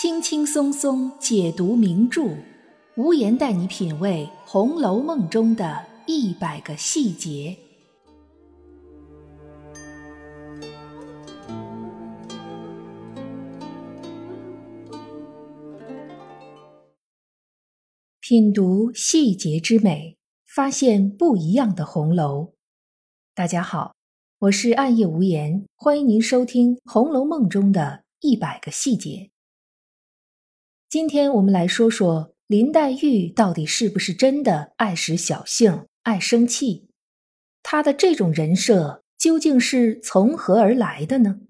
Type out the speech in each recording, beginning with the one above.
轻轻松松解读名著，无言带你品味《红楼梦》中的100个细节。品读细节之美，发现不一样的红楼。大家好，我是暗夜无言，欢迎您收听《红楼梦》中的100个细节。今天我们来说说林黛玉到底是不是真的爱使小性、爱生气？她的这种人设究竟是从何而来的呢？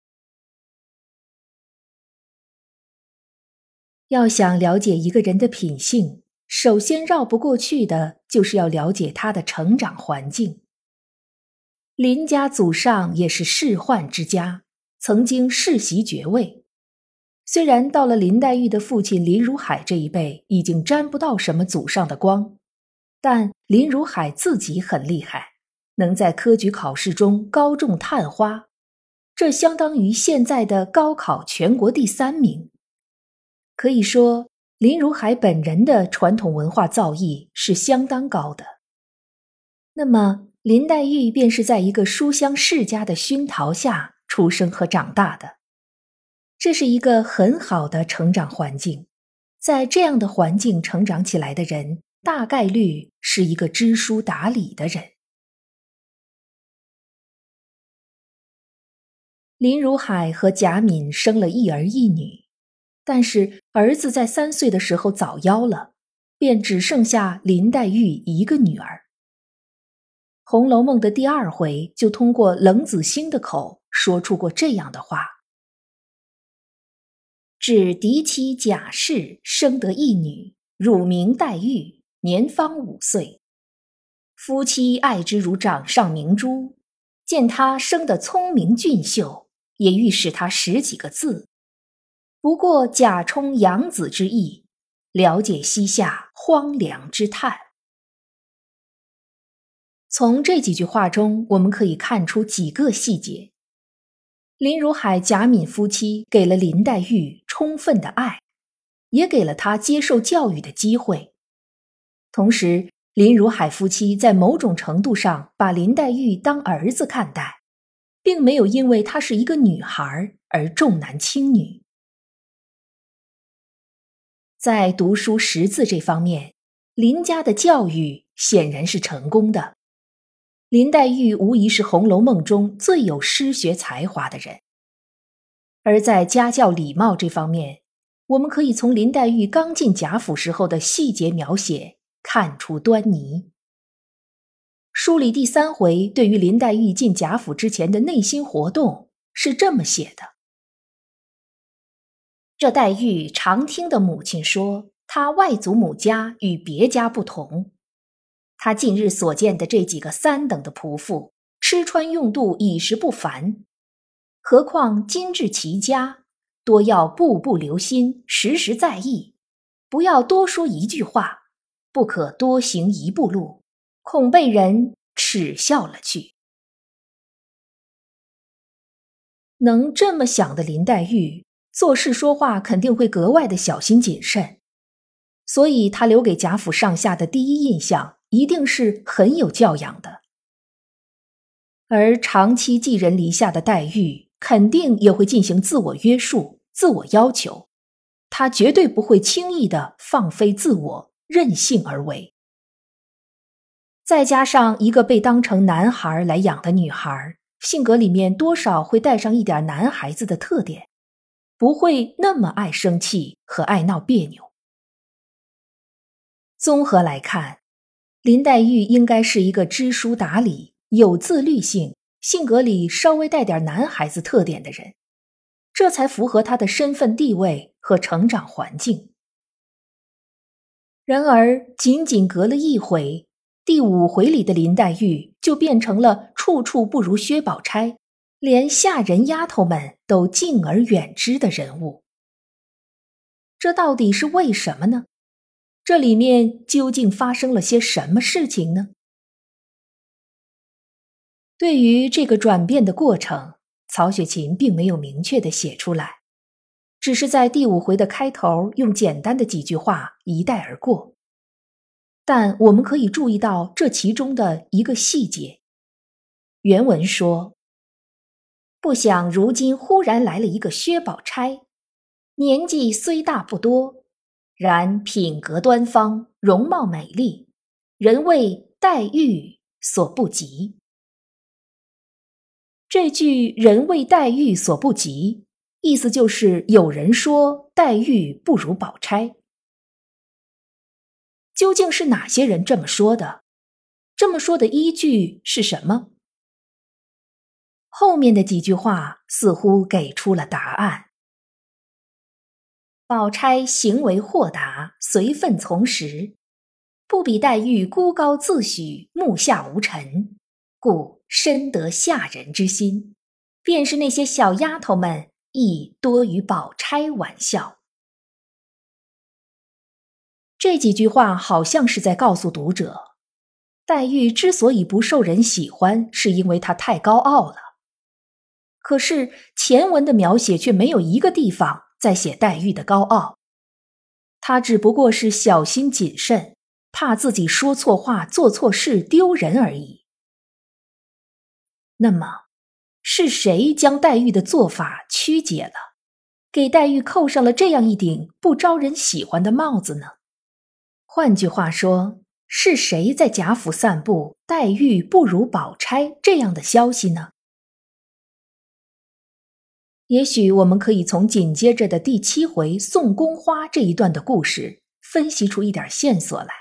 要想了解一个人的品性，首先绕不过去的就是要了解他的成长环境。林家祖上也是仕宦之家，曾经世袭爵位。虽然到了林黛玉的父亲林如海这一辈已经沾不到什么祖上的光，但林如海自己很厉害，能在科举考试中高中探花，这相当于现在的高考全国第3名。可以说，林如海本人的传统文化造诣是相当高的。那么，林黛玉便是在一个书香世家的熏陶下出生和长大的。这是一个很好的成长环境，在这样的环境成长起来的人，大概率是一个知书达理的人。林如海和贾敏生了一儿一女，但是儿子在3岁的时候早夭了，便只剩下林黛玉一个女儿。《红楼梦》的第2回就通过冷子兴的口说出过这样的话：指嫡妻贾氏生得一女，乳名黛玉，年方5岁。夫妻爱之如掌上明珠，见她生得聪明俊秀，也欲使她识几个字。不过贾充养子之意，了解膝下荒凉之叹。从这几句话中，我们可以看出几个细节。林如海、贾敏夫妻给了林黛玉充分的爱，也给了她接受教育的机会。同时，林如海夫妻在某种程度上把林黛玉当儿子看待，并没有因为她是一个女孩而重男轻女。在读书识字这方面，林家的教育显然是成功的。林黛玉无疑是《红楼梦》中最有诗学才华的人。而在家教礼貌这方面，我们可以从林黛玉刚进贾府时候的细节描写看出端倪。书里第3回对于林黛玉进贾府之前的内心活动是这么写的：这黛玉常听的母亲说，她外祖母家与别家不同。她近日所见的这几个3等的仆妇，吃穿用度已是不凡，何况今至其家，多要步步留心，时时在意，不要多说一句话，不可多行一步路，恐被人耻笑了去。能这么想的林黛玉，做事说话肯定会格外的小心谨慎，所以她留给贾府上下的第一印象一定是很有教养的。而长期寄人篱下的黛玉肯定也会进行自我约束、自我要求，她绝对不会轻易的放飞自我、任性而为。再加上一个被当成男孩来养的女孩，性格里面多少会带上一点男孩子的特点，不会那么爱生气和爱闹别扭。综合来看，林黛玉应该是一个知书达理、有自律性，性格里稍微带点男孩子特点的人，这才符合她的身份地位和成长环境。然而，仅仅隔了1回，第5回里的林黛玉就变成了处处不如薛宝钗，连下人丫头们都敬而远之的人物。这到底是为什么呢？这里面究竟发生了些什么事情呢？对于这个转变的过程，曹雪芹并没有明确地写出来， 只是在第5回的开头用简单的几句话一带而过。但我们可以注意到这其中的一个细节。原文说：不想如今忽然来了一个薛宝钗，年纪虽大不多，然品格端方，容貌美丽，人谓黛玉所不及。这句人谓黛玉所不及，意思就是有人说黛玉不如宝钗。究竟是哪些人这么说的？这么说的依据是什么？后面的几句话似乎给出了答案。宝钗行为豁达，随分从时，不比黛玉孤高自许，目下无尘，故深得下人之心，便是那些小丫头们亦多与宝钗玩笑。这几句话好像是在告诉读者，黛玉之所以不受人喜欢，是因为她太高傲了。可是前文的描写却没有一个地方在写黛玉的高傲，她只不过是小心谨慎，怕自己说错话、做错事丢人而已。那么，是谁将黛玉的做法曲解了，给黛玉扣上了这样一顶不招人喜欢的帽子呢？换句话说，是谁在贾府散布黛玉不如宝钗这样的消息呢？也许我们可以从紧接着的第7回送宫花这一段的故事分析出一点线索来。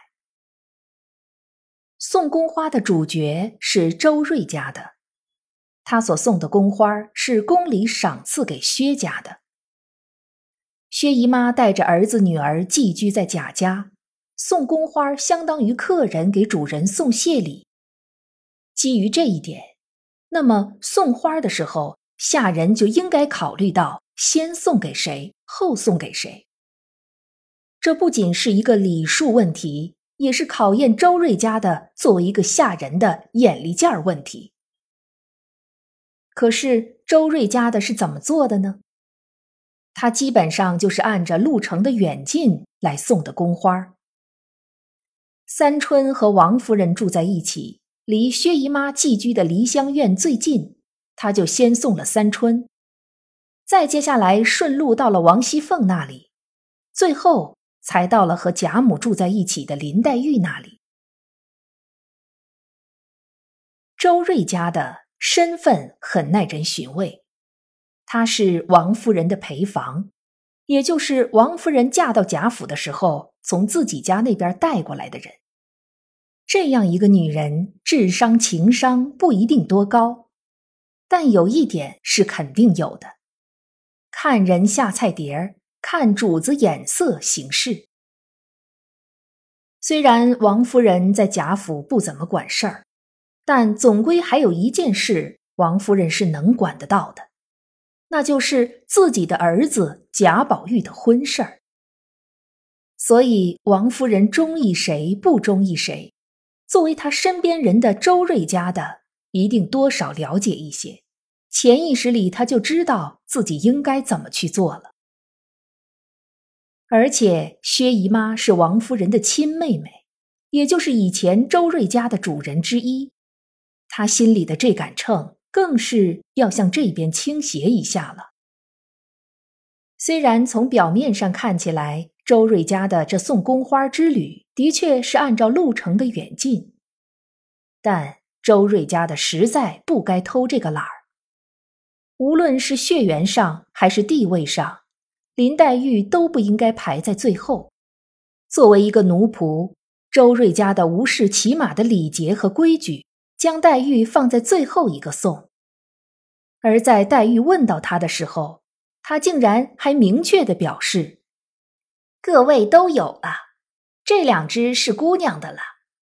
送宫花的主角是周瑞家的，他所送的宫花是宫里赏赐给薛家的。薛姨妈带着儿子女儿寄居在贾家，送宫花相当于客人给主人送谢礼。基于这一点，那么送花的时候，下人就应该考虑到先送给谁，后送给谁。这不仅是一个礼数问题，也是考验周瑞家的作为一个下人的眼力劲儿问题。可是周瑞家的是怎么做的呢？他基本上就是按着路程的远近来送的宫花。三春和王夫人住在一起，离薛姨妈寄居的梨香院最近，他就先送了三春，再接下来顺路到了王熙凤那里，最后才到了和贾母住在一起的林黛玉那里。周瑞家的身份很耐人寻味，他是王夫人的陪房，也就是王夫人嫁到贾府的时候从自己家那边带过来的人。这样一个女人，智商情商不一定多高，但有一点是肯定有的，看人下菜碟儿，看主子眼色行事。虽然王夫人在贾府不怎么管事儿，但总归还有一件事王夫人是能管得到的，那就是自己的儿子贾宝玉的婚事儿。所以王夫人中意谁不中意谁，作为她身边人的周瑞家的一定多少了解一些，潜意识里她就知道自己应该怎么去做了。而且薛姨妈是王夫人的亲妹妹，也就是以前周瑞家的主人之一，她心里的这杆秤更是要向这边倾斜一下了。虽然从表面上看起来，周瑞家的这送宫花之旅的确是按照路程的远近，但周瑞家的实在不该偷这个懒儿。无论是血缘上还是地位上，林黛玉都不应该排在最后。作为一个奴仆，周瑞家的无视起码的礼节和规矩，将黛玉放在最后一个送。而在黛玉问到他的时候，他竟然还明确地表示，各位都有了，这2只是姑娘的了。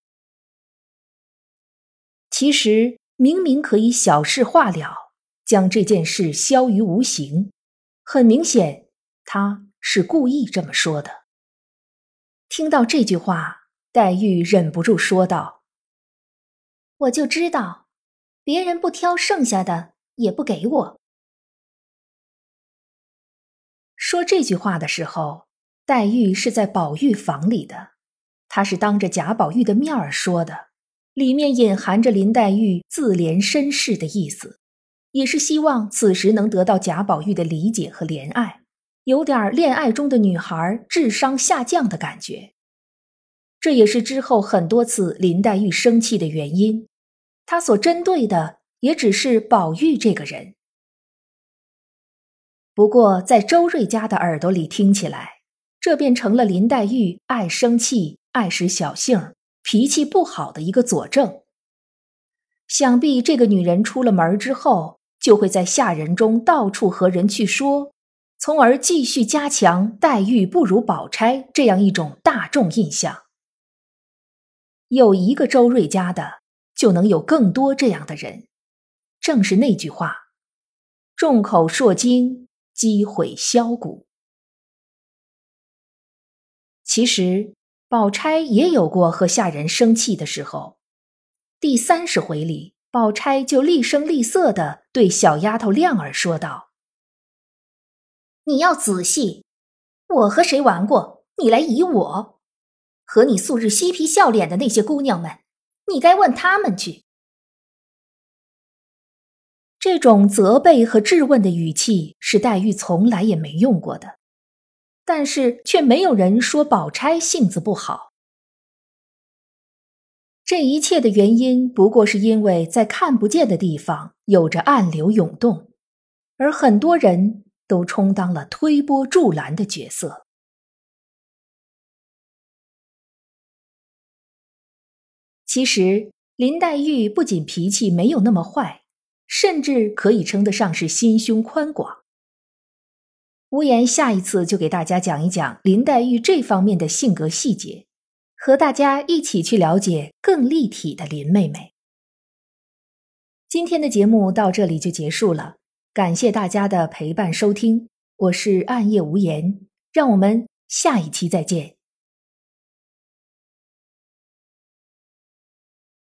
其实明明可以小事化了，将这件事消于无形，很明显他是故意这么说的。听到这句话，黛玉忍不住说道，我就知道别人不挑剩下的也不给我。 说这句话的时候，黛玉是在宝玉房里的，她是当着贾宝玉的面儿说的，里面隐含着林黛玉自怜身世的意思，也是希望此时能得到贾宝玉的理解和怜爱，有点恋爱中的女孩智商下降的感觉。这也是之后很多次林黛玉生气的原因，她所针对的也只是宝玉这个人。不过在周瑞家的耳朵里听起来，这便成了林黛玉爱生气、爱使小性、脾气不好的一个佐证。想必这个女人出了门之后，就会在下人中到处和人去说，从而继续加强黛玉不如宝钗这样一种大众印象。有一个周瑞家的，就能有更多这样的人。正是那句话，众口铄金，积毁销骨。其实宝钗也有过和下人生气的时候。第30回里，宝钗就厉声厉色地对小丫头亮儿说道：你要仔细，我和谁玩过，你来疑我？和你素日嬉皮笑脸的那些姑娘们，你该问她们去。这种责备和质问的语气是黛玉从来也没用过的，但是却没有人说宝钗性子不好。这一切的原因不过是因为在看不见的地方有着暗流涌动，而很多人都充当了推波助澜的角色。其实林黛玉不仅脾气没有那么坏，甚至可以称得上是心胸宽广。无言下一次就给大家讲一讲林黛玉这方面的性格细节，和大家一起去了解更立体的林妹妹。今天的节目到这里就结束了，感谢大家的陪伴收听，我是暗夜无言，让我们下一期再见。